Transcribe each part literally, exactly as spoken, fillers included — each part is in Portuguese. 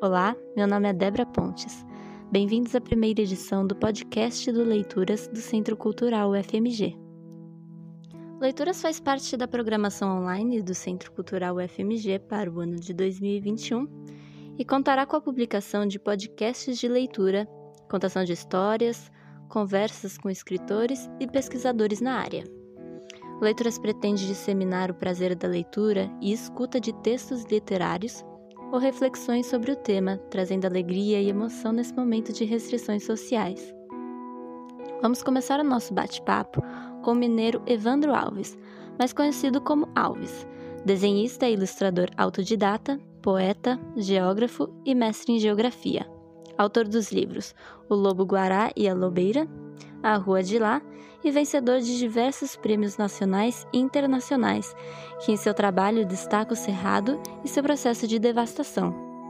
Olá, meu nome é Débora Pontes. Bem-vindos à primeira edição do podcast do Leituras do Centro Cultural U F M G. Leituras faz parte da programação online do Centro Cultural U F M G para o ano de dois mil e vinte e um e contará com a publicação de podcasts de leitura, contação de histórias, conversas com escritores e pesquisadores na área. O Leituras pretende disseminar o prazer da leitura e escuta de textos literários ou reflexões sobre o tema, trazendo alegria e emoção nesse momento de restrições sociais. Vamos começar o nosso bate-papo com o mineiro Evandro Alves, mais conhecido como Alves, desenhista e ilustrador autodidata, poeta, geógrafo e mestre em geografia. Autor dos livros O Lobo-Guará e a Lobeira, A Rua de Lá e vencedor de diversos prêmios nacionais e internacionais, que em seu trabalho destaca o cerrado e seu processo de devastação.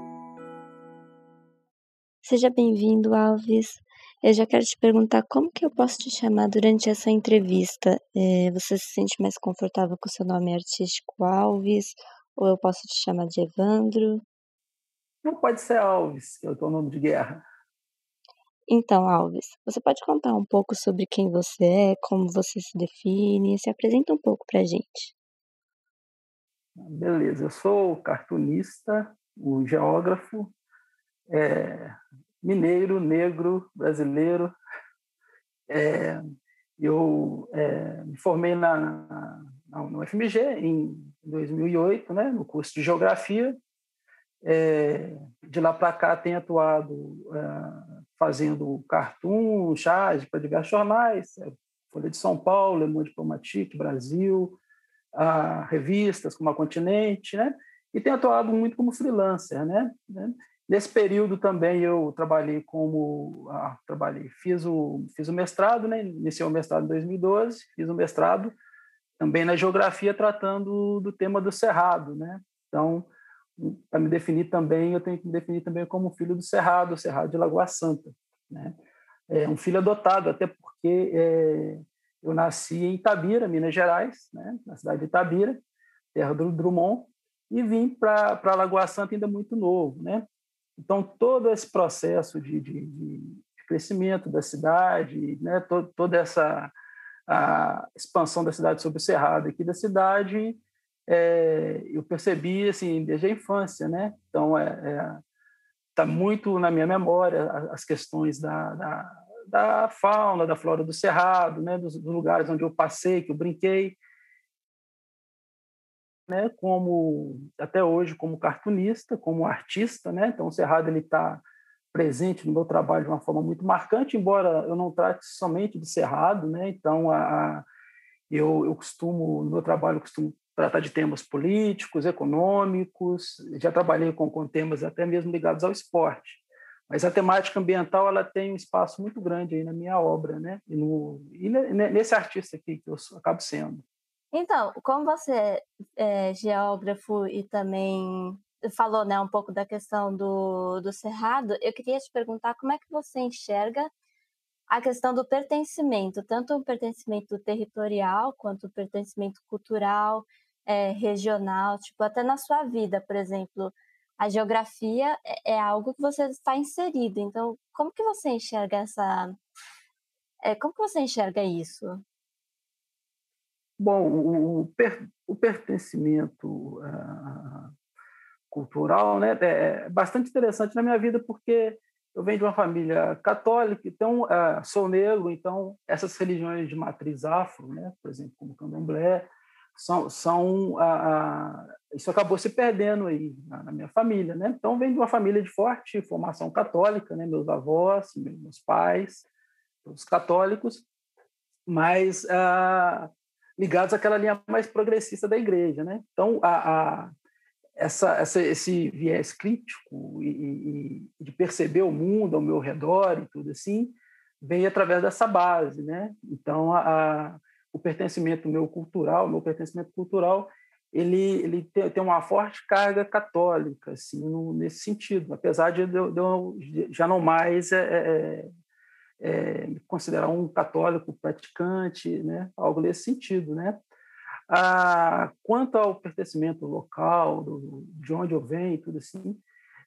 Seja bem-vindo, Alves. Eu já quero te perguntar como que eu posso te chamar durante essa entrevista. É, você se sente mais confortável com o seu nome artístico Alves? Ou eu posso te chamar de Evandro? Não pode ser Alves, que é o teu nome de guerra. Então, Alves, você pode contar um pouco sobre quem você é, como você se define? Se apresenta um pouco pra gente. Beleza, eu sou cartunista, o geógrafo, é, mineiro, negro, brasileiro. É, eu é, me formei na, na, na U F M G em dois mil e oito, né, no curso de Geografia. É, de lá para cá tenho atuado é, fazendo cartoon, charge para diversos jornais, é, Folha de São Paulo, Le Monde Diplomatique, Brasil, a revistas como a Continente, né? E tenho atuado muito como freelancer, né? Nesse período também eu trabalhei como ah, trabalhei, fiz o fiz o mestrado, né? Iniciei o mestrado em dois mil e doze, fiz o mestrado também na geografia tratando do tema do cerrado, né? Então, para me definir também, eu tenho que me definir também como filho do cerrado, cerrado de Lagoa Santa, né? É um filho adotado, até porque é, eu nasci em Itabira, Minas Gerais, né? Na cidade de Itabira, terra do Drummond, e vim para Lagoa Santa ainda muito novo, né? Então, todo esse processo de, de, de crescimento da cidade, né? Todo, toda essa a expansão da cidade sobre o cerrado aqui da cidade, é, eu percebi assim desde a infância, né? Então, é, é está muito na minha memória as questões da, da, da fauna, da flora do cerrado, né, dos, dos lugares onde eu passei, que eu brinquei, né, como até hoje como cartunista, como artista, né? Então o cerrado ele está presente no meu trabalho de uma forma muito marcante, embora eu não trate somente do cerrado, né? Então a, a eu, eu costumo no meu trabalho eu costumo tratar de temas políticos, econômicos, já trabalhei com, com temas até mesmo ligados ao esporte. Mas a temática ambiental ela tem um espaço muito grande aí na minha obra, né? E, no, e nesse artista aqui que eu acabo sendo. Então, como você é geógrafo e também falou, né, um pouco da questão do, do cerrado, eu queria te perguntar como é que você enxerga a questão do pertencimento, tanto o pertencimento territorial quanto o pertencimento cultural, é, regional, tipo, até na sua vida, por exemplo, a geografia é, é algo que você está inserido, então como que você enxerga essa, é, como que você enxerga isso? Bom, o, o, per, o pertencimento uh, cultural, né, é bastante interessante na minha vida porque eu venho de uma família católica, então uh, sou negro, então essas religiões de matriz afro, né, por exemplo, como o candomblé, são, são uh, isso acabou se perdendo aí na, na minha família, né? Então venho de uma família de forte formação católica, né, meus avós, meus pais, todos católicos, mas uh, ligados àquela linha mais progressista da igreja, né? Então a, a essa, essa, esse viés crítico e, e, de perceber o mundo ao meu redor e tudo assim, vem através dessa base, né? Então, a, a, o pertencimento meu cultural, meu pertencimento cultural, ele, ele tem, tem uma forte carga católica, assim, no, nesse sentido, apesar de eu, de eu já não mais é, é, é, me considerar um católico praticante, né? Algo nesse sentido, né? Ah, quanto ao pertencimento local, do, de onde eu venho, tudo assim,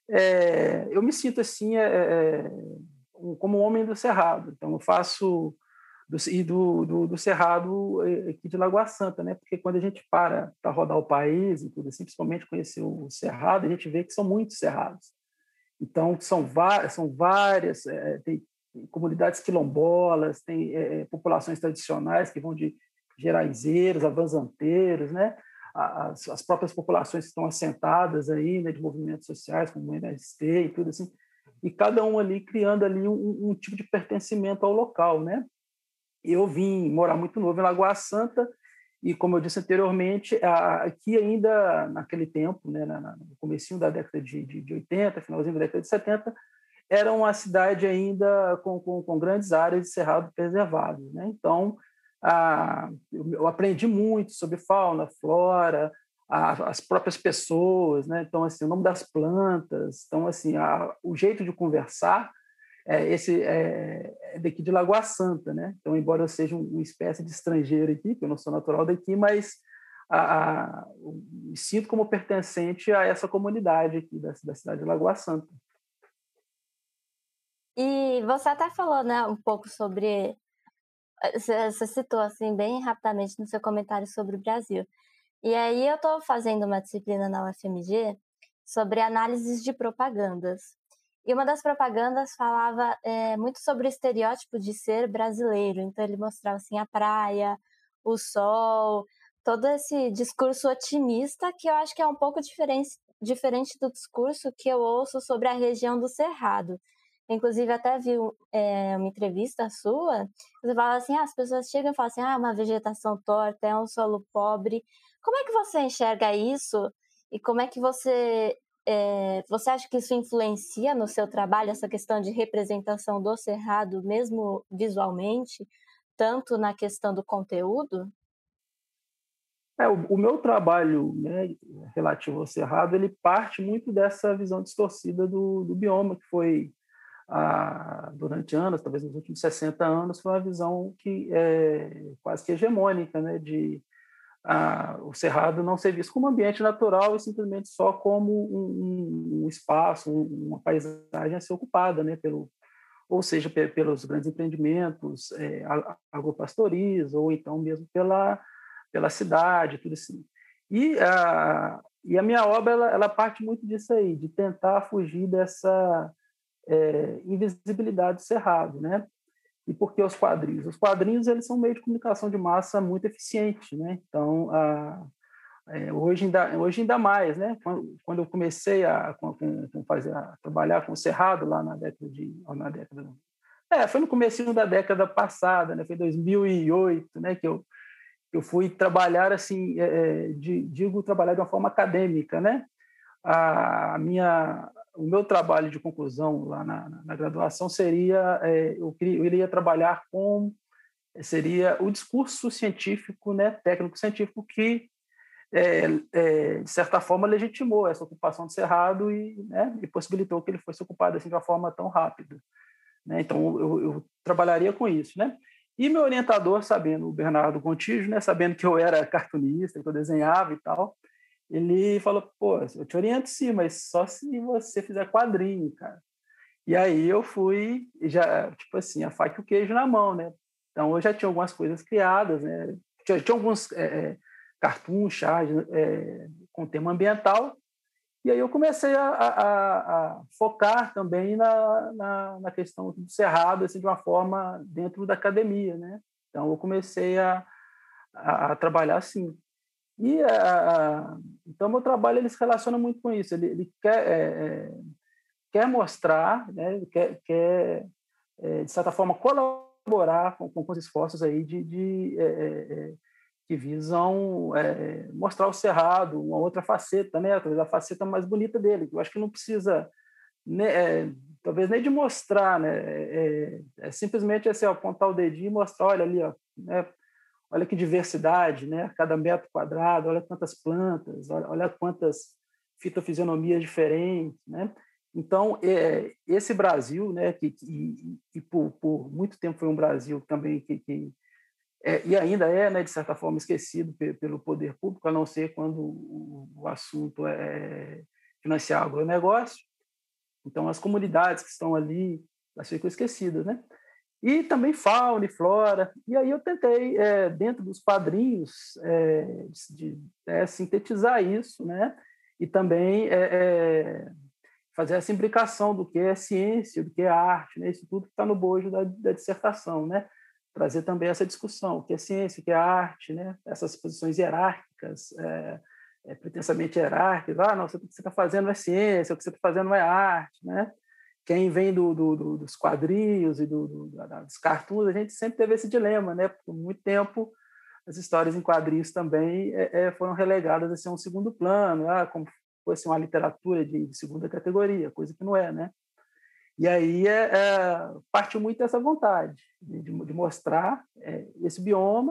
é, eu me sinto assim, é, é, um, como um homem do Cerrado. Então, eu faço do, e do, do, do Cerrado aqui de Lagoa Santa, né? Porque quando a gente para para rodar o país e tudo assim, principalmente conhecer o Cerrado, a gente vê que são muitos cerrados. Então, são, são várias, é, tem comunidades quilombolas, tem é, populações tradicionais que vão de geraizeiros a vanzanteiros, né? As, as próprias populações que estão assentadas aí, né, de movimentos sociais, como o M S T e tudo assim, e cada um ali criando ali um, um tipo de pertencimento ao local, né? Eu vim morar muito novo em Lagoa Santa e, como eu disse anteriormente, aqui ainda naquele tempo, né, no comecinho da década de, de oitenta, finalzinho da década de setenta, era uma cidade ainda com, com, com grandes áreas de cerrado preservadas, né? Então, ah, eu aprendi muito sobre fauna, flora, a, as próprias pessoas, né? Então, assim, o nome das plantas, então, assim, a, o jeito de conversar é, esse é, é daqui de Lagoa Santa, né? Então, embora eu seja uma espécie de estrangeiro aqui, que eu não sou natural daqui, mas a, a, me sinto como pertencente a essa comunidade aqui da, da cidade de Lagoa Santa. E você até falou, né, um pouco sobre... Você, você citou, assim, bem rapidamente no seu comentário sobre o Brasil. E aí eu estou fazendo uma disciplina na U F M G sobre análises de propagandas. E uma das propagandas falava é, muito sobre o estereótipo de ser brasileiro. Então ele mostrava assim a praia, o sol, todo esse discurso otimista que eu acho que é um pouco diferente, diferente do discurso que eu ouço sobre a região do Cerrado. Inclusive até vi é, uma entrevista sua, você fala assim, ah, as pessoas chegam e falam assim, ah, uma vegetação torta, é um solo pobre. Como é que você enxerga isso e como é que você é, você acha que isso influencia no seu trabalho, essa questão de representação do Cerrado, mesmo visualmente, tanto na questão do conteúdo? É, o, o meu trabalho, né, relativo ao Cerrado, ele parte muito dessa visão distorcida do, do bioma, que foi, ah, durante anos, talvez nos últimos sessenta anos, foi uma visão que é quase que hegemônica, né, de ah, o Cerrado não ser visto como ambiente natural e simplesmente só como um, um espaço, um, uma paisagem a ser ocupada, né, pelo, ou seja, pelos grandes empreendimentos, é, agropastoris, ou então mesmo pela, pela cidade, tudo assim. E a, e a minha obra ela, ela parte muito disso aí, de tentar fugir dessa é, invisibilidade do Cerrado, né? E por que os quadrinhos? Os quadrinhos eles são um meio de comunicação de massa muito eficiente, né? Então, a, é, hoje, ainda, hoje ainda mais, né? Quando, quando eu comecei a, com, com fazer, a trabalhar com o Cerrado lá na década de... Na década, é, foi no comecinho da década passada, né? Foi dois mil e oito, né? Que eu, eu fui trabalhar, assim, é, de, digo trabalhar de uma forma acadêmica, né? A minha, o meu trabalho de conclusão lá na, na graduação seria, é, eu, queria, eu iria trabalhar com, seria o discurso científico, né? Técnico-científico que é, é, de certa forma, legitimou essa ocupação do Cerrado e, né, e possibilitou que ele fosse ocupado assim, de uma forma tão rápida. Né? Então, eu, eu trabalharia com isso. Né? E meu orientador, sabendo, o Bernardo Gontijo, né, sabendo que eu era cartunista, que eu desenhava e tal, ele falou, pô, eu te oriento sim, mas só se você fizer quadrinho, cara. E aí eu fui, já, tipo assim, a faca e o queijo na mão, né? Então, eu já tinha algumas coisas criadas, né? Tinha, tinha alguns... É, cartoon, charge, é, com tema ambiental, e aí eu comecei a, a, a focar também na, na, na, questão do Cerrado, assim, de uma forma dentro da academia, né? Então eu comecei a, a, a trabalhar assim. E a, então meu trabalho ele se relaciona muito com isso. Ele, ele quer, é, quer mostrar, né? Ele quer, quer é, de certa forma colaborar com, com os esforços aí de, de é, é, que visam é, mostrar o Cerrado, uma outra faceta, né? Talvez a faceta mais bonita dele. Eu acho que não precisa, né, é, talvez nem de mostrar, né? É, é simplesmente assim, ó, apontar o dedinho e mostrar, olha ali, ó, né? Olha que diversidade, né? Cada metro quadrado, olha quantas plantas, olha, olha quantas fitofisionomias diferentes, né? Então, é, esse Brasil, né, que, que, que por, por muito tempo foi um Brasil também que, que é, e ainda é, né, de certa forma, esquecido pelo poder público, a não ser quando o, o assunto é financiar agronegócio. Então, as comunidades que estão ali, elas ficam esquecidas, né? E também fauna e flora. E aí eu tentei, é, dentro dos quadrinhos, é, de, é, sintetizar isso, né? E também é, é, fazer essa imbricação do que é ciência, do que é arte, né? Isso tudo que está no bojo da, da dissertação, né? Trazer também essa discussão, o que é ciência, o que é arte, né? Essas posições hierárquicas, é, é, pretensamente hierárquicas. Ah, não, o que você está fazendo é ciência, o que você está fazendo é arte, né? Quem vem do, do, do, dos quadrinhos e do, do, dos cartoons, a gente sempre teve esse dilema, né? Por muito tempo, as histórias em quadrinhos também é, é, foram relegadas a ser um segundo plano, ah, como fosse uma literatura de, de segunda categoria, coisa que não é, né? E aí é, é, partiu muito dessa vontade de, de mostrar é, esse bioma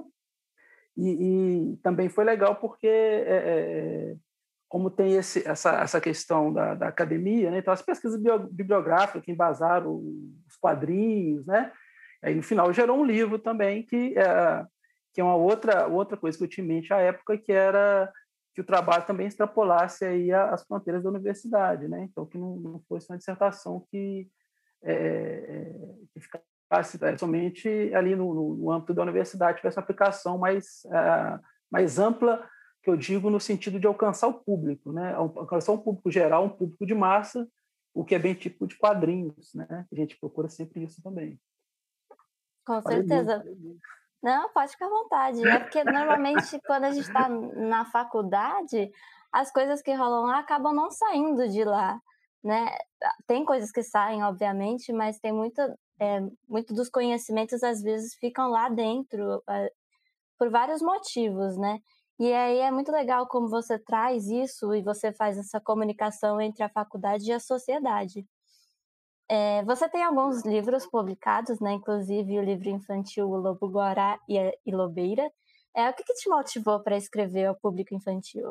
e, e também foi legal porque é, é, como tem esse, essa, essa questão da, da academia, né? Então as pesquisas bibliográficas que embasaram os quadrinhos, né? Aí no final gerou um livro também que é, que é uma outra outra coisa que eu tinha em mente à época, que era que o trabalho também extrapolasse aí as fronteiras da universidade, né? Então que não, não fosse uma dissertação que, é, que ficasse somente ali no, no âmbito da universidade, tivesse uma aplicação mais é, mais ampla, que eu digo no sentido de alcançar o público, né? Alcançar um público geral, um público de massa, o que é bem típico de quadrinhos, né? A gente procura sempre isso também. Com falei certeza. Muito, Não, pode ficar à vontade. É porque normalmente quando a gente está na faculdade, as coisas que rolam lá acabam não saindo de lá, né? Tem coisas que saem, obviamente, mas tem muita, é, muito dos conhecimentos às vezes ficam lá dentro, é, por vários motivos, né? E aí é muito legal como você traz isso e você faz essa comunicação entre a faculdade e a sociedade. É, você tem alguns livros publicados, né? Inclusive o livro infantil O Lobo-Guará e a Ilobeira. É, o que, que te motivou para escrever ao público infantil?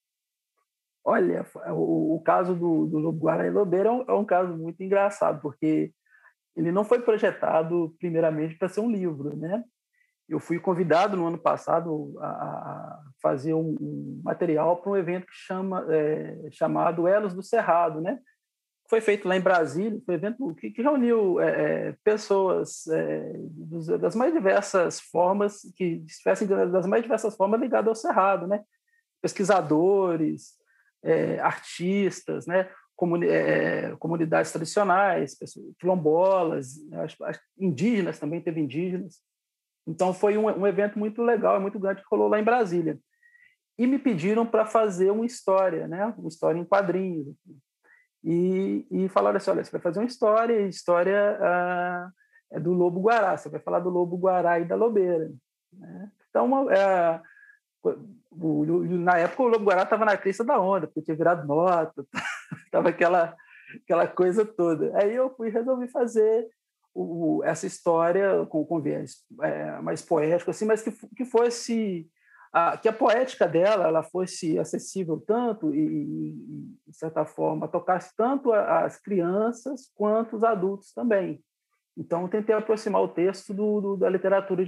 Olha, o, o caso do, do Lobo-Guará e Ilobeira é um, é um caso muito engraçado, porque ele não foi projetado primeiramente para ser um livro, né? Eu fui convidado no ano passado a, a fazer um, um material para um evento que chama, é, chamado Elos do Cerrado, né? Foi feito lá em Brasília, foi um evento que, que reuniu é, pessoas é, dos, das mais diversas formas, que estivessem das mais diversas formas ligadas ao Cerrado, né? Pesquisadores, é, artistas, né? Comuni é, comunidades tradicionais, pessoas, quilombolas, acho, acho, indígenas também, teve indígenas. Então foi um, um evento muito legal, muito grande que rolou lá em Brasília. E me pediram para fazer uma história, né? Uma história em quadrinhos. E, e falaram assim, olha, você vai fazer uma história, a história ah, é do Lobo-Guará, você vai falar do Lobo-Guará e da Lobeira. Né? Então, é, o, o, na época, o Lobo-Guará estava na crista da onda, porque tinha virado nota, estava aquela, aquela coisa toda. Aí eu fui resolvi fazer o, essa história com, com viés é, mais poético, assim, mas que, que fosse... A, que a poética dela ela fosse acessível tanto e, e, de certa forma, tocasse tanto as crianças quanto os adultos também. Então, eu tentei aproximar o texto do, do, da literatura.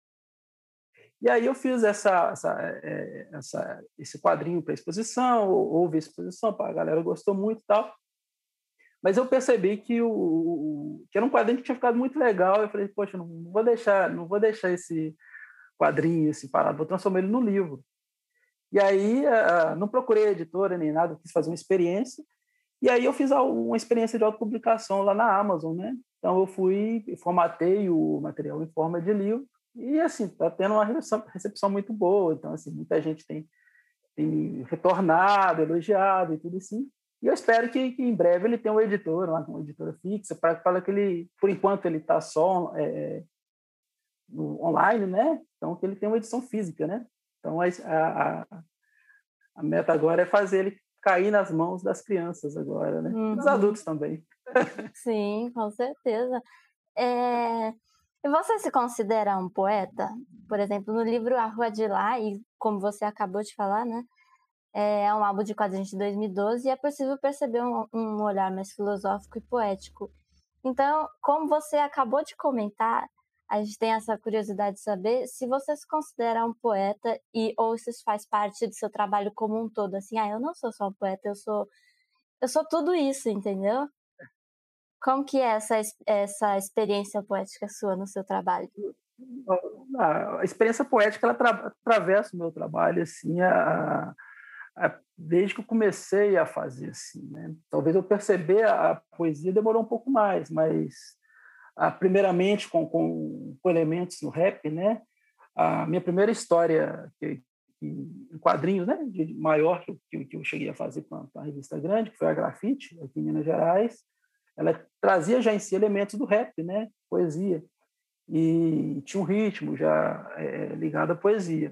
E aí eu fiz essa, essa, essa, esse quadrinho para exposição, houve exposição, a galera gostou muito e tal. Mas eu percebi que, o, que era um quadrinho que tinha ficado muito legal. Eu falei, poxa, não vou deixar, não vou deixar esse quadrinho assim, parado, vou transformar ele no livro. E aí, não procurei editora nem nada, quis fazer uma experiência. E aí eu fiz uma experiência de autopublicação lá na Amazon, né? Então eu fui, formatei o material em forma de livro e, assim, está tendo uma recepção muito boa. Então, assim, muita gente tem, tem retornado, elogiado e tudo assim. E eu espero que, que em breve ele tenha uma editora, uma, uma editora fixa, para falar que ele, por enquanto, ele está só é, no, online, né? Então, que ele tenha uma edição física, né? Então, a, a, a meta agora é fazer ele cair nas mãos das crianças agora, né? Uhum. Dos adultos também. Sim, com certeza. É... E você se considera um poeta? Por exemplo, no livro A Rua de Lá, e como você acabou de falar, né? É um álbum de quadrinhos de dois mil e doze e é possível perceber um, um olhar mais filosófico e poético. Então, como você acabou de comentar, a gente tem essa curiosidade de saber se você se considera um poeta e ou se isso faz parte do seu trabalho como um todo. Assim, ah, eu não sou só um poeta, eu sou, eu sou tudo isso, entendeu? Como que é essa essa experiência poética sua no seu trabalho? A experiência poética ela tra atravessa o meu trabalho, assim, a a desde que eu comecei a fazer, assim, né. Talvez eu perceber a a poesia demorou um pouco mais, mas, ah, primeiramente com com com elementos no rap, né. A minha primeira história que que em quadrinhos, né, de maior que eu que eu cheguei a fazer com a com a revista grande, que foi a Grafite, aqui em Minas Gerais, ela trazia já em si elementos do rap, né, poesia. E tinha um ritmo já, eh, ligado à poesia.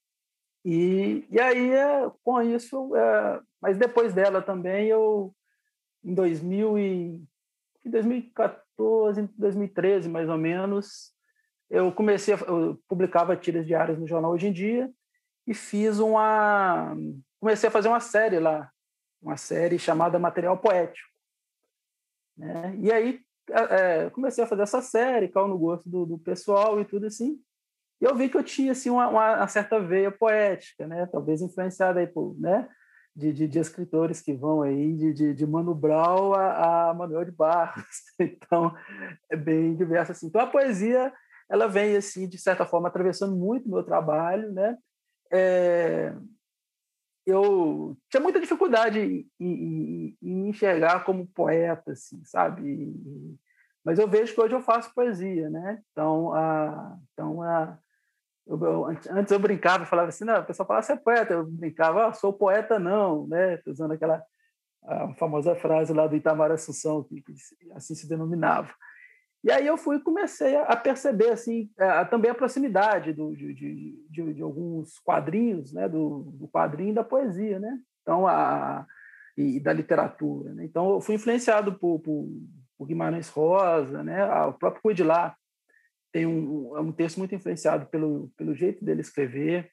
E e aí, eh, com isso, eh, mas depois dela também eu em dois mil e em dois mil e quatorze, dois mil e treze, mais ou menos, eu comecei a eu publicava tiras diárias no jornal Hoje em Dia e fiz uma comecei a fazer uma série lá, uma série chamada Material Poético, né. E aí, eh, comecei a fazer essa série, caiu no gosto do do pessoal e tudo assim, e eu vi que eu tinha, assim, uma uma certa veia poética, né, talvez influenciada aí por, né, de de de escritores que vão aí de de de Mano Brown a a Manuel de Barros, então é bem diverso, assim. Então a poesia, ela vem, assim, de certa forma, atravessando muito o meu trabalho, né. Eh, eu tinha muita dificuldade em em em me enxergar como poeta, assim, sabe, e mas eu vejo que hoje eu faço poesia, né, então a então a eu eu antes antes eu brincava e falava assim: "Não", o pessoal falava: "Você é poeta", eu brincava: "Ah, sou poeta não", né, usando aquela a famosa frase lá do Itamar Assunção, que que assim se denominava. E aí eu fui e comecei a perceber, assim, a também a proximidade do de de de de alguns quadrinhos, né, do do quadrinho e da poesia, né, então a e da literatura, né. Então eu fui influenciado por por por Guimarães Rosa, né, ah, o próprio Ruy de tem um é um texto muito influenciado pelo pelo jeito dele escrever,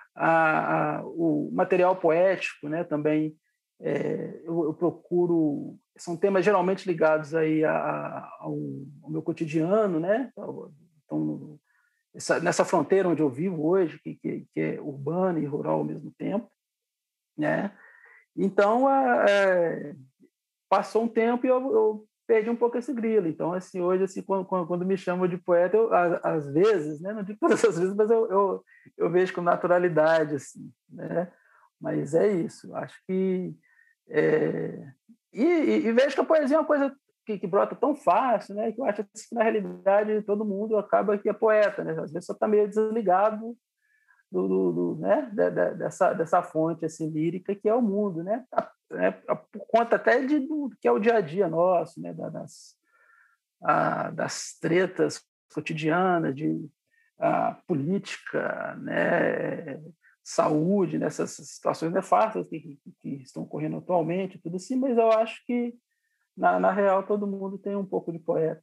a a o material poético, né, também, eh, eu eu procuro são temas geralmente ligados aí a a ao ao meu cotidiano, né, ao então, essa nessa fronteira onde eu vivo hoje, que que que é urbana e rural ao mesmo tempo, né. Então, a eh, passou um tempo e eu eu perdi um pouco esse grilo. Então, assim, hoje, assim, quando quando quando me chamam de poeta, eu a às vezes, né, não digo todas as vezes, mas eu eu eu vejo com naturalidade, assim, né. Mas é isso, acho que, eh, e e e vejo que a poesia é uma coisa que que brota tão fácil, né, que eu acho assim, que na realidade todo mundo acaba que é poeta, né, às vezes só está meio desligado do do do né, de de dessa dessa fonte, assim, lírica que é o mundo, né, a né, por conta até de do que é o dia a dia nosso, né, da das ah, das tretas cotidianas, de, ah, política, né, saúde, nessas situações nefastas que que que estão ocorrendo atualmente, tudo assim, mas eu acho que na na real todo mundo tem um pouco de poeta,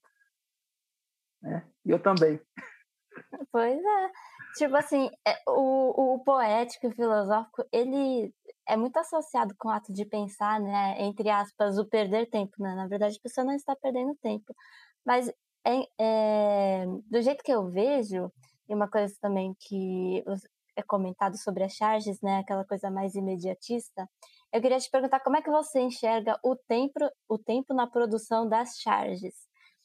né, e eu também. Pois é. Tipo assim, eh, o o poético e filosófico, ele é muito associado com o ato de pensar, né, entre aspas, "o perder tempo", né, na verdade a pessoa não está perdendo tempo. Mas, eh eh, do jeito que eu vejo, e uma coisa também que os é comentado sobre as charges, né, aquela coisa mais imediatista, eu queria te perguntar como é que você enxerga o tempro o tempo na produção das charges?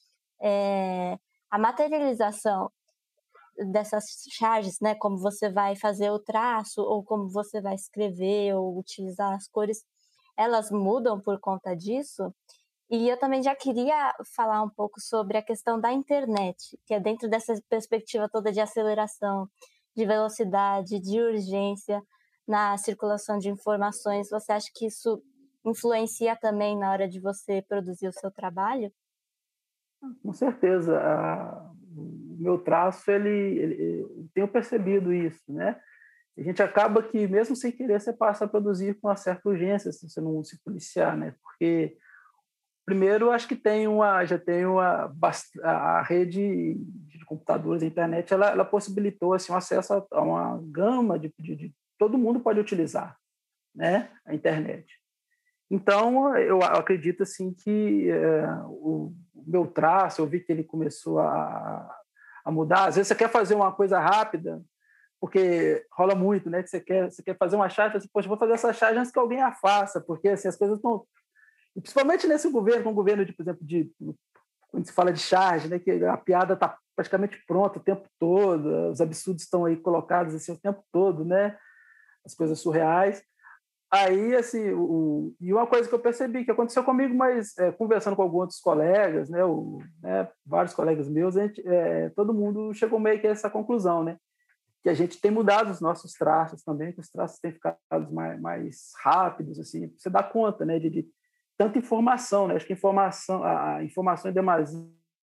Eh, a materialização dessas charges, né, como você vai fazer o traço ou como você vai escrever ou utilizar as cores, elas mudam por conta disso? E eu também já queria falar um pouco sobre a questão da internet, que é dentro dessa perspectiva toda de aceleração, de velocidade, de urgência na circulação de informações. Você acha que isso influencia também na hora de você produzir o seu trabalho? Com certeza, a o meu traço ele ele eu tenho percebido isso, né. A gente acaba que mesmo sem querer você passa a produzir com uma certa urgência, se você não se policiar, né, porque primeiro acho que tem uma já tem uma bas a a rede de computadores, a internet, ela ela possibilitou, assim, um acesso a a uma gama de de de todo mundo pode utilizar, né, a internet. Então, eu acredito assim que, eh, o o meu traço, eu vi que ele começou a a mudar. Às vezes você quer fazer uma coisa rápida, porque rola muito, né, que você quer você quer fazer uma charge, você: "Poxa, vou fazer essa charge antes que alguém a faça", porque, assim, as coisas estão E principalmente nesse governo, com um governo, de, por exemplo, de, quando se fala de charge, né, que a piada está praticamente pronta o tempo todo, os absurdos estão aí colocados assim, o tempo todo, né, as coisas surreais. Aí, assim, o, e uma coisa que eu percebi, que aconteceu comigo, mas é, conversando com alguns outros colegas, né, o, né, vários colegas meus, a gente, é, todo mundo chegou meio que a essa conclusão, né, que a gente tem mudado os nossos traços também, que os traços têm ficado mais, mais rápidos, assim, você dá conta, né, de, de tanta informação, né, acho que a informação, a, a informação em demasia,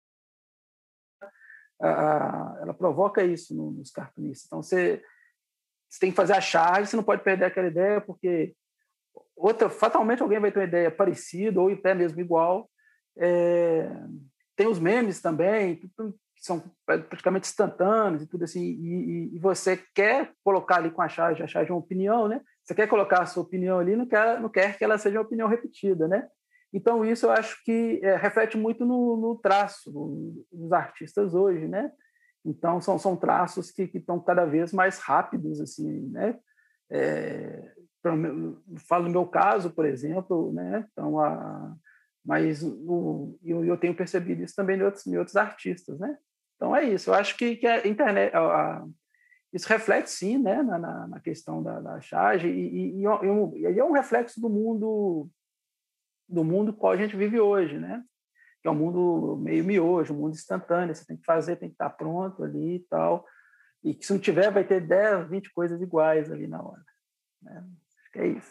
a, a, ela provoca isso no, nos cartunistas. Então, você, você tem que fazer a charge, você não pode perder aquela ideia, porque outra, fatalmente alguém vai ter uma ideia parecida ou até mesmo igual. É, tem os memes também, que são praticamente instantâneos e tudo assim, e, e, você quer colocar ali com a charge, a charge é uma opinião, né? Você quer colocar a sua opinião ali, não quer, não quer que ela seja uma opinião repetida, né? Então, isso eu acho que é, reflete muito no, no traço no, dos artistas hoje, né? Então, são, são traços que estão cada vez mais rápidos, assim, né? É, falo no meu caso, por exemplo, né? Então, a, mas o, eu, eu tenho percebido isso também em outros, em outros artistas, né? Então, é isso. Eu acho que, que a internet... A, a, isso reflete, sim, né? na, na, na questão da, da charge e, e, e, e é um reflexo do mundo do mundo qual a gente vive hoje, né? Que é um mundo meio miojo, um mundo instantâneo, você tem que fazer, tem que estar pronto ali e tal, e que se não tiver vai ter dez, vinte coisas iguais ali na hora, né? Acho que é isso.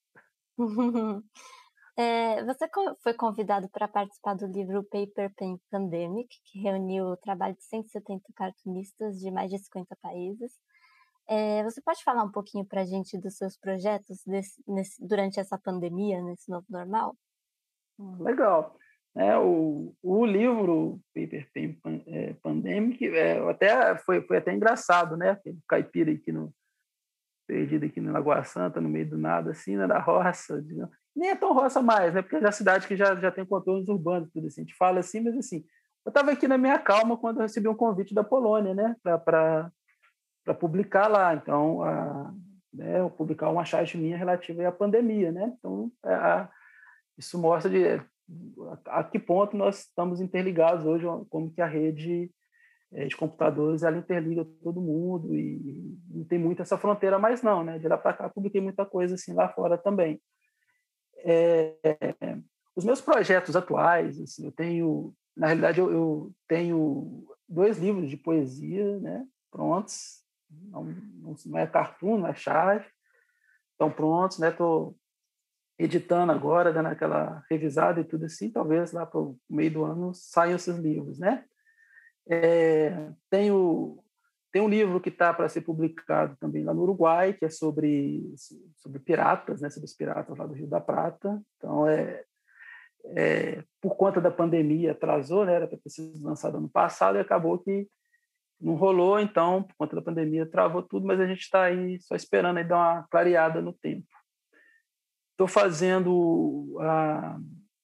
É, você foi convidado para participar do livro Paper Pen Pandemic, que reuniu o trabalho de cento e setenta cartunistas de mais de cinquenta países. É, você pode falar um pouquinho para a gente dos seus projetos desse, nesse, durante essa pandemia, nesse novo normal? Legal. É, o, o livro Paper Pen Pandemic é, até, foi, foi até engraçado, né? Aquele caipira aqui no, perdido aqui na Lagoa Santa, no meio do nada, assim, né? Da roça. Digamos. Nem é tão roça mais, né? Porque é uma cidade que já, já tem contornos urbanos, tudo assim. A gente fala assim, mas assim, eu estava aqui na minha calma quando eu recebi um convite da Polônia, né? Para publicar lá. Então, a, né, eu publicar uma charge minha relativa à pandemia, né? Então, a, isso mostra de a, a que ponto nós estamos interligados hoje, como que a rede de computadores ela interliga todo mundo e não tem muito essa fronteira mais não, né? De lá para cá publiquei muita coisa assim lá fora também. É, os meus projetos atuais, assim, eu tenho, na realidade eu, eu tenho dois livros de poesia, né? Prontos, não, não é cartoon, não é charge, estão prontos, né? Estou editando agora, dando aquela revisada e tudo assim, talvez lá para o meio do ano saiam esses livros, né? É, tem, o, tem um livro que está para ser publicado também lá no Uruguai, que é sobre, sobre piratas, né, sobre os piratas lá do Rio da Prata. Então, é, é, por conta da pandemia, atrasou, né, era para ter sido lançado ano passado e acabou que não rolou. Então, por conta da pandemia, travou tudo, mas a gente está aí só esperando aí dar uma clareada no tempo. Estou fazendo a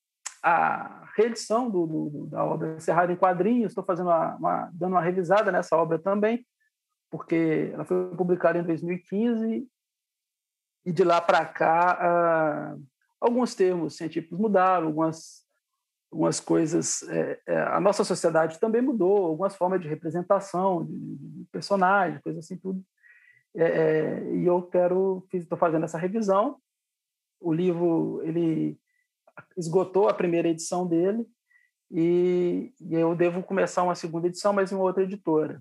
a reedição do, do, da obra Cerrado em Quadrinhos, estou fazendo uma, uma, dando uma revisada nessa obra também, porque ela foi publicada em dois mil e quinze e de lá para cá ah, alguns termos científicos mudaram, algumas, algumas coisas, é, é, a nossa sociedade também mudou, algumas formas de representação de, de personagens, coisas assim tudo. É, é, e eu quero, estou fazendo essa revisão. O livro ele esgotou a primeira edição dele e, e eu devo começar uma segunda edição, mas em outra editora.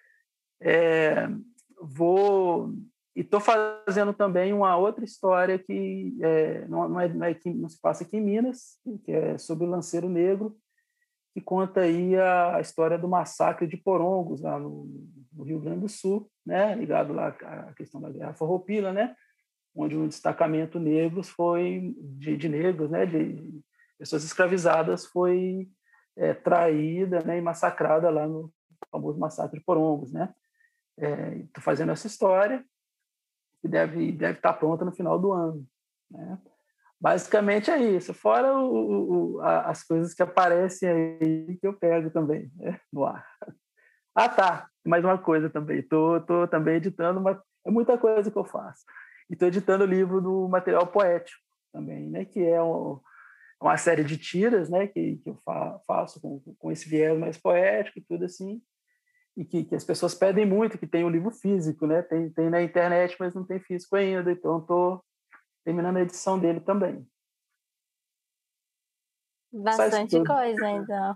É, vou e estou fazendo também uma outra história que é, não, não, é, não, é, não se passa aqui em Minas, que é sobre o Lanceiro Negro, que conta aí a, a história do massacre de Porongos lá no, no Rio Grande do Sul, né, ligado lá à questão da Guerra Farroupilha, né, onde um destacamento negros foi de, de negros, né, de pessoas escravizadas, foi é, traída, né, e massacrada lá no famoso massacre de Porongos, né. Estou é, fazendo essa história que deve deve estar pronta no final do ano, né. Basicamente é isso. Fora o, o, a, as coisas que aparecem aí que eu pego também, né, no ar. Ah, tá. Mais uma coisa também. Estou tô, tô também editando, mas é muita coisa que eu faço. E estou editando o livro do material poético também, né? Que é o, uma série de tiras, né, que, que eu fa faço com, com esse viés mais poético e tudo assim, e que, que as pessoas pedem muito, que tem o livro físico, né, tem, tem na internet, mas não tem físico ainda, então estou terminando a edição dele também. Bastante coisa, então.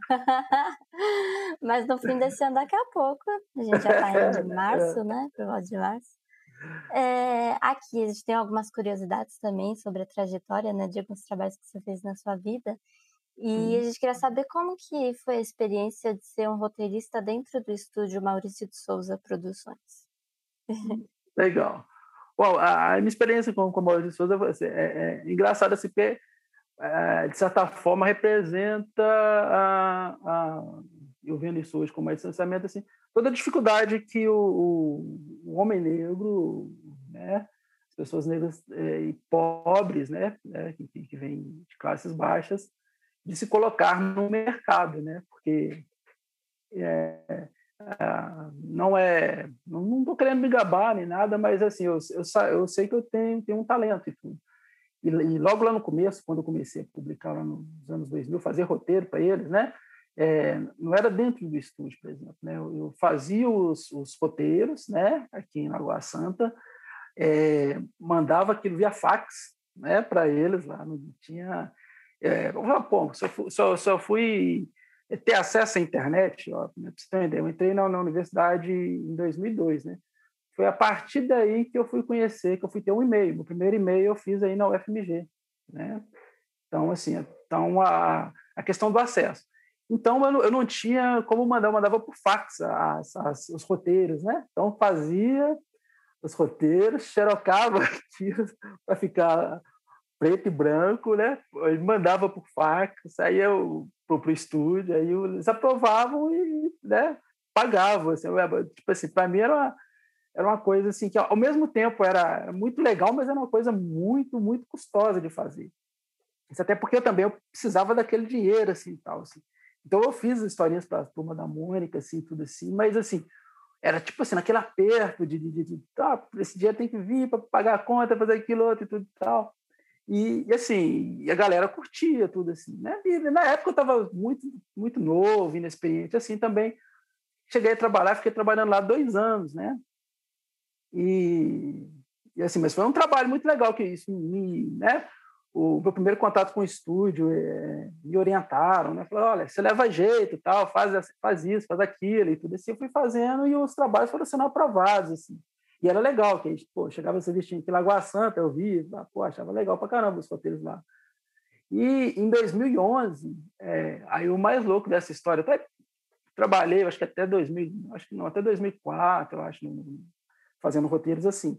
Mas no fim desse ano, daqui a pouco, a gente já está em março, né, por volta de março. É, aqui a gente tem algumas curiosidades também sobre a trajetória, né, de alguns trabalhos que você fez na sua vida. E a gente queria saber como que foi a experiência de ser um roteirista dentro do estúdio Maurício de Souza Produções. Legal. Bom, a, a minha experiência com, com o Maurício de Souza é, é, é engraçada, assim, porque, é, de certa forma, representa, a, a, eu vendo isso hoje com mais distanciamento, assim, toda a dificuldade que o, o, o homem negro, né, as pessoas negras é, e pobres, né, né que, que vêm de classes baixas, de se colocar no mercado, né, porque é, não é, não estou querendo me gabar nem nada, mas assim, eu, eu, eu sei que eu tenho, tenho um talento e tudo. E, e logo lá no começo, quando eu comecei a publicar lá nos anos dois mil, fazer roteiro para eles, né? É, não era dentro do estúdio, por exemplo, né? Eu, eu fazia os, os roteiros, né? Aqui em Lagoa Santa, é, mandava aquilo via fax, né? Para eles lá, não tinha. É, pô, só, só, só fui ter acesso à internet, ó, pra você ter uma ideia, eu entrei na, na universidade em dois mil e dois, né? Foi a partir daí que eu fui conhecer, que eu fui ter um e-mail. O primeiro e-mail eu fiz aí na U F M G, né? Então, assim, então a, a questão do acesso. Então, eu não, eu não tinha como mandar, eu mandava por fax as, as, os roteiros, né? Então, fazia os roteiros, xerocava para ficar preto e branco, né? Eu mandava por fax, saía para o estúdio, aí eles aprovavam e, né, pagavam. Assim, tipo assim, para mim era uma, era uma coisa assim que, ao mesmo tempo, era muito legal, mas era uma coisa muito, muito custosa de fazer. Isso até porque eu também eu precisava daquele dinheiro, assim, tal, assim. Então eu fiz historinhas para a Turma da Mônica, assim, tudo assim, mas assim, era tipo assim, naquele aperto de, de, de, de ah, esse dinheiro tem que vir para pagar a conta, fazer aquilo outro e tudo e tal. E, e assim, e a galera curtia tudo assim, né? E na época eu estava muito, muito novo, inexperiente, assim, também. Cheguei a trabalhar, fiquei trabalhando lá dois anos, né? E, e assim, mas foi um trabalho muito legal que isso me, né? O meu primeiro contato com o estúdio, é, me orientaram, né? Falaram, olha, você leva jeito, tal, faz, faz isso, faz aquilo e tudo assim. Eu fui fazendo e os trabalhos foram sendo aprovados, assim. E era legal, que a gente, pô, chegava esse vestinho aqui em Lagoa Santa, eu vi, pô, achava legal pra caramba os roteiros lá. E em dois mil e onze, é, aí o mais louco dessa história, até trabalhei, acho que até dois mil, acho que não, até dois mil e quatro, eu acho, fazendo roteiros assim.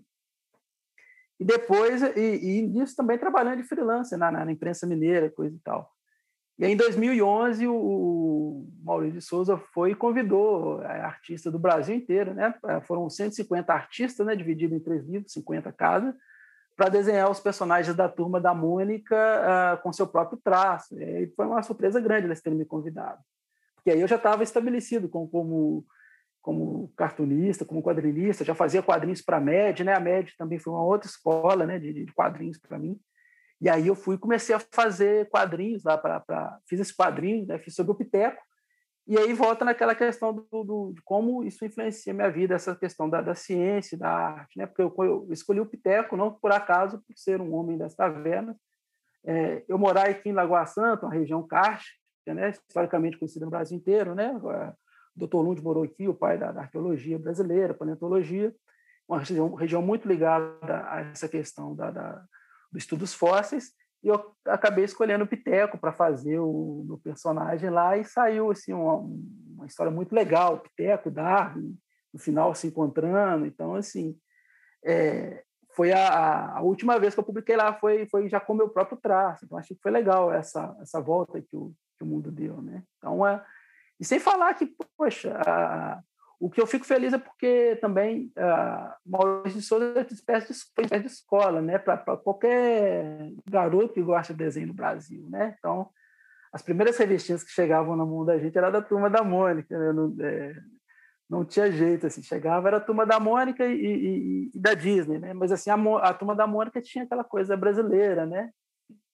E depois, e, e nisso também trabalhando de freelancer na, na imprensa mineira, coisa e tal. E aí, em dois mil e onze, o Maurício de Souza foi e convidou artistas do Brasil inteiro, né? Foram cento e cinquenta artistas, né? Divididos em três livros, cinquenta cada, para desenhar os personagens da Turma da Mônica uh, com seu próprio traço. E foi uma surpresa grande eles terem me convidado. Porque aí eu já estava estabelecido como, como, como cartunista, como quadrinista, já fazia quadrinhos para a M E D, né? A M E D também foi uma outra escola, né? de, de quadrinhos para mim. E aí eu fui comecei a fazer quadrinhos lá para pra... fiz esse quadrinho, né? Fiz sobre o Piteco. E aí volta naquela questão do, do, de como isso influencia a minha vida, essa questão da, da ciência, da arte, né? Porque eu, eu escolhi o Piteco não por acaso, por ser um homem das tavernas. É, eu morar aqui em Lagoa Santa, uma região cárstica, né? Historicamente conhecida no Brasil inteiro, né? O doutor Lund morou aqui, o pai da, da arqueologia brasileira, paleontologia, uma região, região muito ligada a essa questão da, da dos estudos fósseis, e eu acabei escolhendo o Piteco para fazer o meu personagem lá, e saiu assim, uma, uma história muito legal, o Piteco, Darwin, no final se encontrando. Então, assim, é, foi a, a última vez que eu publiquei lá, foi, foi já com o meu próprio traço. Então, achei que foi legal essa, essa volta que o, que o mundo deu, né? Então, é, e sem falar que, poxa, a, o que eu fico feliz é porque também uh, Maurício de Souza é uma espécie de, uma espécie de escola, né? Para qualquer garoto que gosta de desenho no Brasil, né? Então, as primeiras revistinhas que chegavam na mão da gente era da Turma da Mônica, né? Não, é, não tinha jeito, assim, chegava era a Turma da Mônica e, e, e da Disney, né? Mas assim, a, a Turma da Mônica tinha aquela coisa brasileira, né?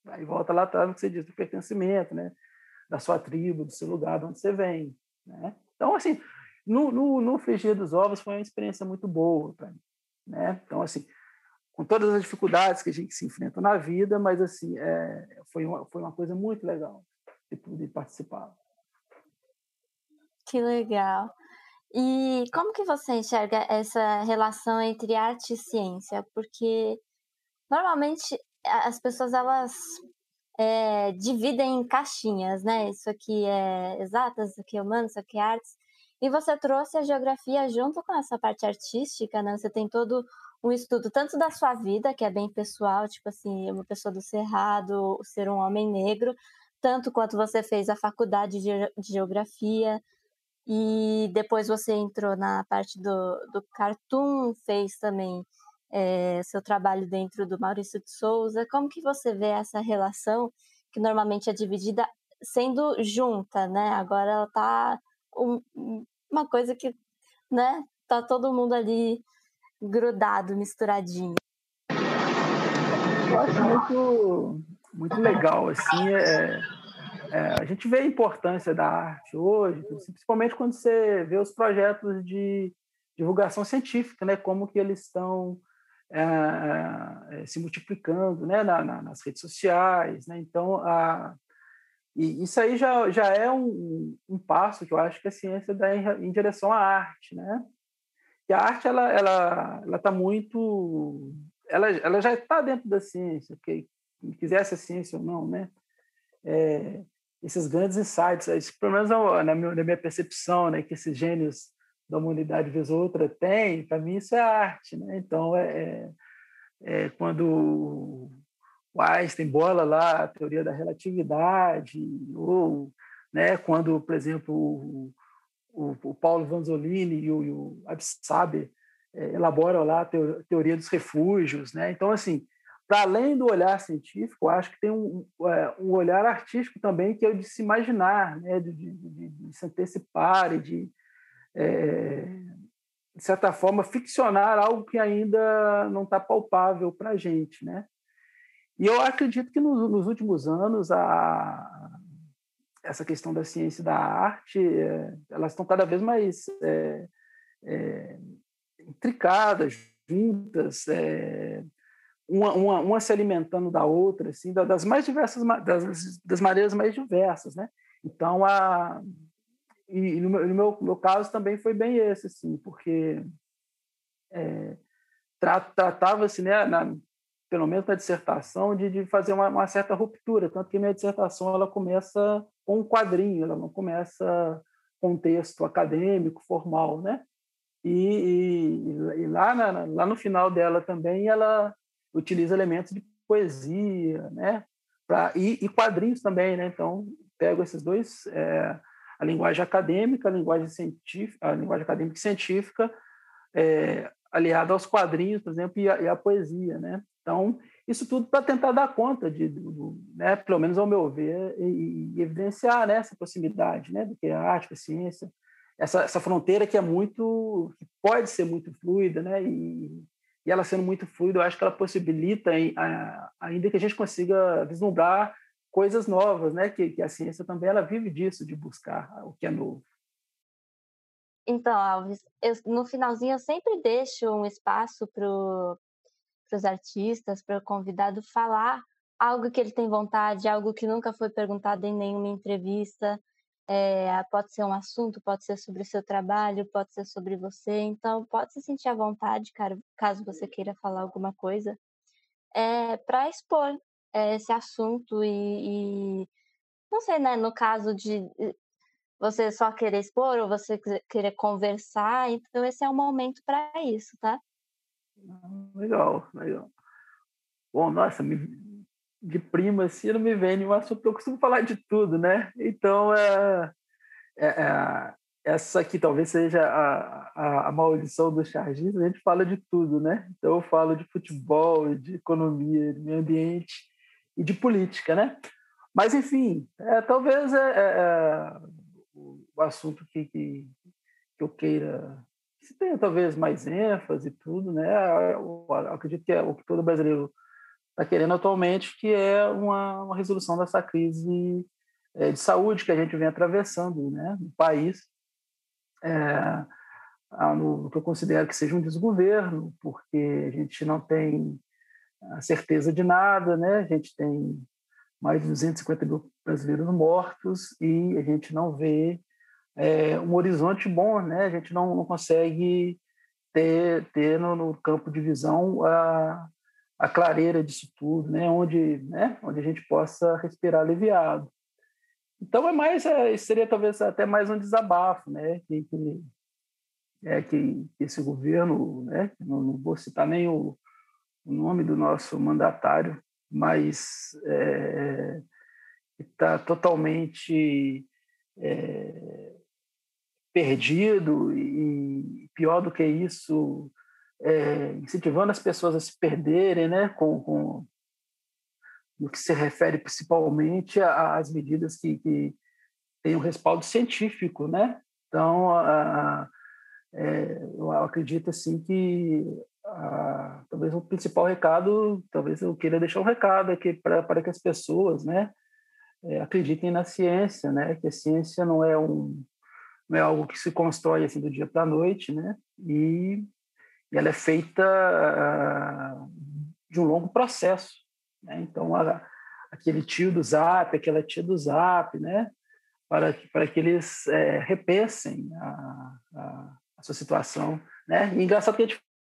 Aí volta lá atrás no que você diz, do pertencimento, né? Da sua tribo, do seu lugar, de onde você vem, né? Então, assim, no, no, no frigir dos ovos foi uma experiência muito boa para mim, né? Então, assim, com todas as dificuldades que a gente se enfrenta na vida, mas, assim, é, foi, uma, foi uma coisa muito legal de poder participar. Que legal. E como que você enxerga essa relação entre arte e ciência? Porque normalmente as pessoas elas é, dividem em caixinhas, né? Isso aqui é exatas, isso aqui é humanas, isso aqui é artes. E você trouxe a geografia junto com essa parte artística, né? Você tem todo um estudo tanto da sua vida, que é bem pessoal, tipo assim, uma pessoa do Cerrado, ser um homem negro, tanto quanto você fez a faculdade de geografia, e depois você entrou na parte do, do cartoon, fez também é, seu trabalho dentro do Maurício de Souza. Como que você vê essa relação, que normalmente é dividida, sendo junta, né? Agora ela tá um, uma coisa que, né, tá todo mundo ali grudado, misturadinho. Eu acho muito, muito legal, assim, é, é, a gente vê a importância da arte hoje, principalmente quando você vê os projetos de divulgação científica, né, como que eles estão é, é, se multiplicando, né, na, na, nas redes sociais, né, então a, e isso aí já, já é um, um passo que eu acho que a ciência dá em, em direção à arte, né, e a arte ela ela ela está muito ela, ela já está dentro da ciência, que quisesse a ciência ou não, né? É, esses grandes insights, pelo menos na minha, na minha percepção, né, que esses gênios da humanidade vez ou outra têm, para mim isso é arte, né? Então é, é, é quando o Einstein bola lá a teoria da relatividade, ou, né, quando, por exemplo, o, o, o Paulo Vanzolini e o, e o Absaber é, elaboram lá a teoria dos refúgios, né? Então, assim, para além do olhar científico, eu acho que tem um, um olhar artístico também, que é o de se imaginar, né? de, de, de, de se antecipar e de, é, de certa forma, ficcionar algo que ainda não está palpável para a gente, né? E eu acredito que nos, nos últimos anos a, essa questão da ciência e da arte, é, elas estão cada vez mais é, é, intricadas, juntas, é, uma, uma, uma se alimentando da outra, assim, das mais diversas, das, das maneiras mais diversas, né? Então, a, e no, meu, no meu, meu caso também foi bem esse, assim, porque é, tra, tratava-se, né, na, pelo menos na dissertação, de, de fazer uma, uma certa ruptura, tanto que minha dissertação ela começa com um quadrinho, ela não começa com um texto acadêmico, formal, né? E, e, e lá, na, lá no final dela também ela utiliza elementos de poesia, né? Pra, e, e quadrinhos também, né? Então, pego esses dois, é, a linguagem acadêmica, a linguagem científica, a linguagem acadêmica e científica, é, aliada aos quadrinhos, por exemplo, e a, e a poesia, né? Então, isso tudo para tentar dar conta de, do, né, pelo menos ao meu ver, e, e evidenciar, né, essa proximidade, né, do que é a arte, a ciência, essa, essa fronteira que é muito, que pode ser muito fluida, né, e, e ela sendo muito fluida, eu acho que ela possibilita, a, ainda que a gente consiga vislumbrar coisas novas, né, que, que a ciência também ela vive disso, de buscar o que é novo. Então, Alves, eu, no finalzinho eu sempre deixo um espaço para os artistas, para o convidado falar algo que ele tem vontade, algo que nunca foi perguntado em nenhuma entrevista. É, pode ser um assunto, pode ser sobre o seu trabalho, pode ser sobre você. Então, pode se sentir à vontade, cara, caso você queira falar alguma coisa, é, para expor é, esse assunto e, e, não sei, né, no caso de você só querer expor ou você querer conversar, então esse é o momento para isso, tá? Legal, legal. Bom, nossa, me, de prima assim não me vem nenhum assunto, eu costumo falar de tudo, né? Então, é, é, é, essa aqui talvez seja a, a, a maldição do chargista, a gente fala de tudo, né? Então eu falo de futebol, de economia, de meio ambiente e de política, né? Mas, enfim, é, talvez é, é, é o assunto que, que, que eu queira, se tenha talvez mais ênfase e tudo, né? Eu, eu acredito que é o que todo brasileiro está querendo atualmente, que é uma, uma resolução dessa crise é, de saúde que a gente vem atravessando, né, no país, é, no que eu considero que seja um desgoverno, porque a gente não tem a certeza de nada, né? A gente tem mais de duzentos e cinquenta mil brasileiros mortos e a gente não vê é, um horizonte bom, né? A gente não, não consegue ter, ter no, no campo de visão a, a clareira disso tudo, né? Onde, né? Onde a gente possa respirar aliviado. Então é mais, é, seria talvez até mais um desabafo, né? Que, que, é, que esse governo, né? Não, não vou citar nem o, o nome do nosso mandatário, mas está é, totalmente é, perdido e, pior do que isso, é, incentivando as pessoas a se perderem, né, com, com no que se refere principalmente às medidas que, que têm um respaldo científico, né? Então, a, a, é, eu acredito assim que a, talvez o principal recado, talvez eu queira deixar um recado aqui para para que as pessoas, né, é, acreditem na ciência, né? Que a ciência não é um não é algo que se constrói assim do dia para a noite, né? E, e ela é feita uh, de um longo processo, né? Então, a, aquele tio do Zap, aquela tia do Zap, né? Para que, para que eles é, repensem a, a, a sua situação, né? E engraçado que a gente,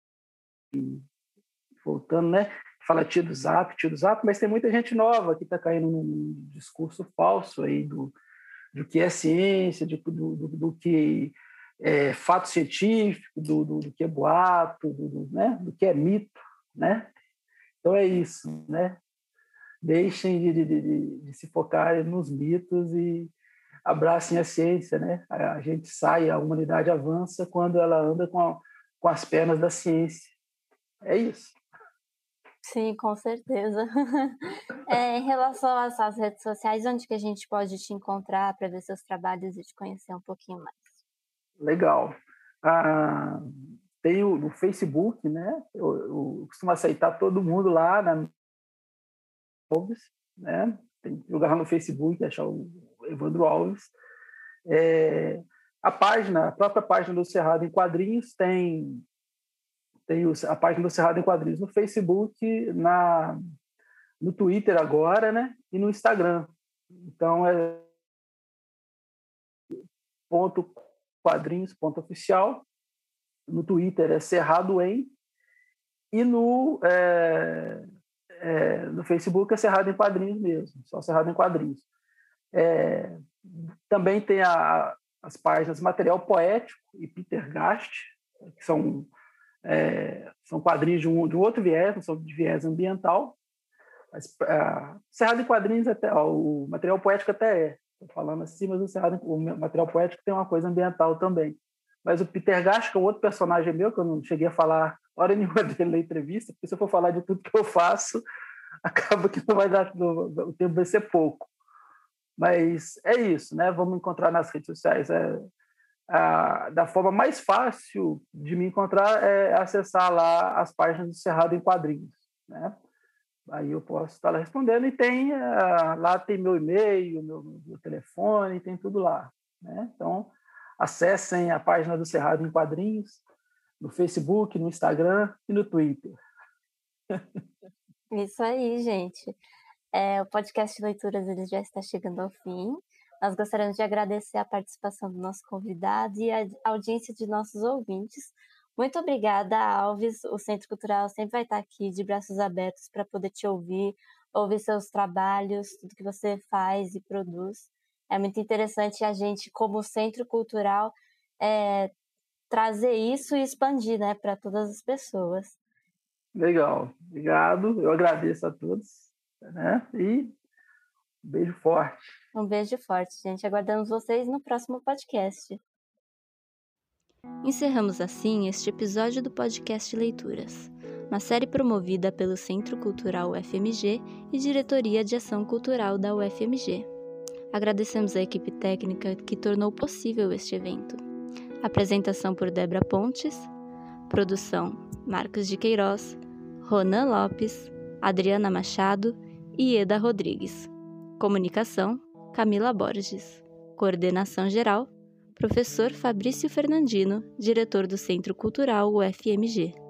voltando, né? Fala tio do Zap, tio do Zap, mas tem muita gente nova que está caindo num discurso falso aí do do que é ciência, de, do, do, do que é fato científico, do, do, do que é boato, do, do, né? Do que é mito, né? Então é isso, né? Deixem de, de, de, de se focar nos mitos e abracem a ciência, né? A, a gente sai, a humanidade avança quando ela anda com, a, com as pernas da ciência. É isso. Sim, com certeza. É, em relação às, às redes sociais, onde que a gente pode te encontrar para ver seus trabalhos e te conhecer um pouquinho mais? Legal. Ah, tem o, no Facebook, né? Eu, eu costumo aceitar todo mundo lá na Alves, né? Tem que jogar lá no Facebook, achar o Evandro Alves. É, a página, a própria página do Cerrado em Quadrinhos tem tem a página do Cerrado em Quadrinhos no Facebook, na no Twitter agora, né? E no Instagram. Então é ponto quadrinhos ponto oficial. No Twitter é Cerrado em e no é, é, no Facebook é Cerrado em Quadrinhos mesmo, só Cerrado em Quadrinhos. É, também tem a, as páginas Material Poético e Peter Gast, que são é, são quadrinhos de um, de um outro viés, não são de viés ambiental. Mas, uh, Cerrado em Quadrinhos, até, ó, o Material Poético até é, estou falando assim, mas o, Cerrado, o Material Poético tem uma coisa ambiental também. Mas o Peter Gast, que é um outro personagem meu, que eu não cheguei a falar hora nenhuma dele na entrevista, porque se eu for falar de tudo que eu faço, acaba que não vai dar, o tempo vai ser pouco. Mas é isso, né? Vamos encontrar nas redes sociais. É, a, da forma mais fácil de me encontrar é acessar lá as páginas do Cerrado em Quadrinhos, né? Aí eu posso estar lá respondendo e tem uh, lá tem meu e-mail, meu, meu telefone, tem tudo lá, né? Então acessem a página do Cerrado em Quadrinhos no Facebook, no Instagram e no Twitter. Isso aí, gente. É, o podcast Leituras ele já está chegando ao fim. Nós gostaríamos de agradecer a participação do nosso convidado e a audiência de nossos ouvintes. Muito obrigada, Alves. O Centro Cultural sempre vai estar aqui de braços abertos para poder te ouvir, ouvir seus trabalhos, tudo que você faz e produz. É muito interessante a gente, como Centro Cultural, é, trazer isso e expandir, né, para todas as pessoas. Legal, obrigado. Eu agradeço a todos, né? E um beijo forte. Um beijo forte, gente. Aguardamos vocês no próximo podcast. Encerramos assim este episódio do podcast Leituras, uma série promovida pelo Centro Cultural U F M G e Diretoria de Ação Cultural da U F M G. Agradecemos a equipe técnica que tornou possível este evento. Apresentação por Débora Pontes, produção Marcos de Queiroz, Ronan Lopes, Adriana Machado e Eda Rodrigues. Comunicação, Camila Borges. Coordenação geral, professor Fabrício Fernandino, diretor do Centro Cultural U F M G.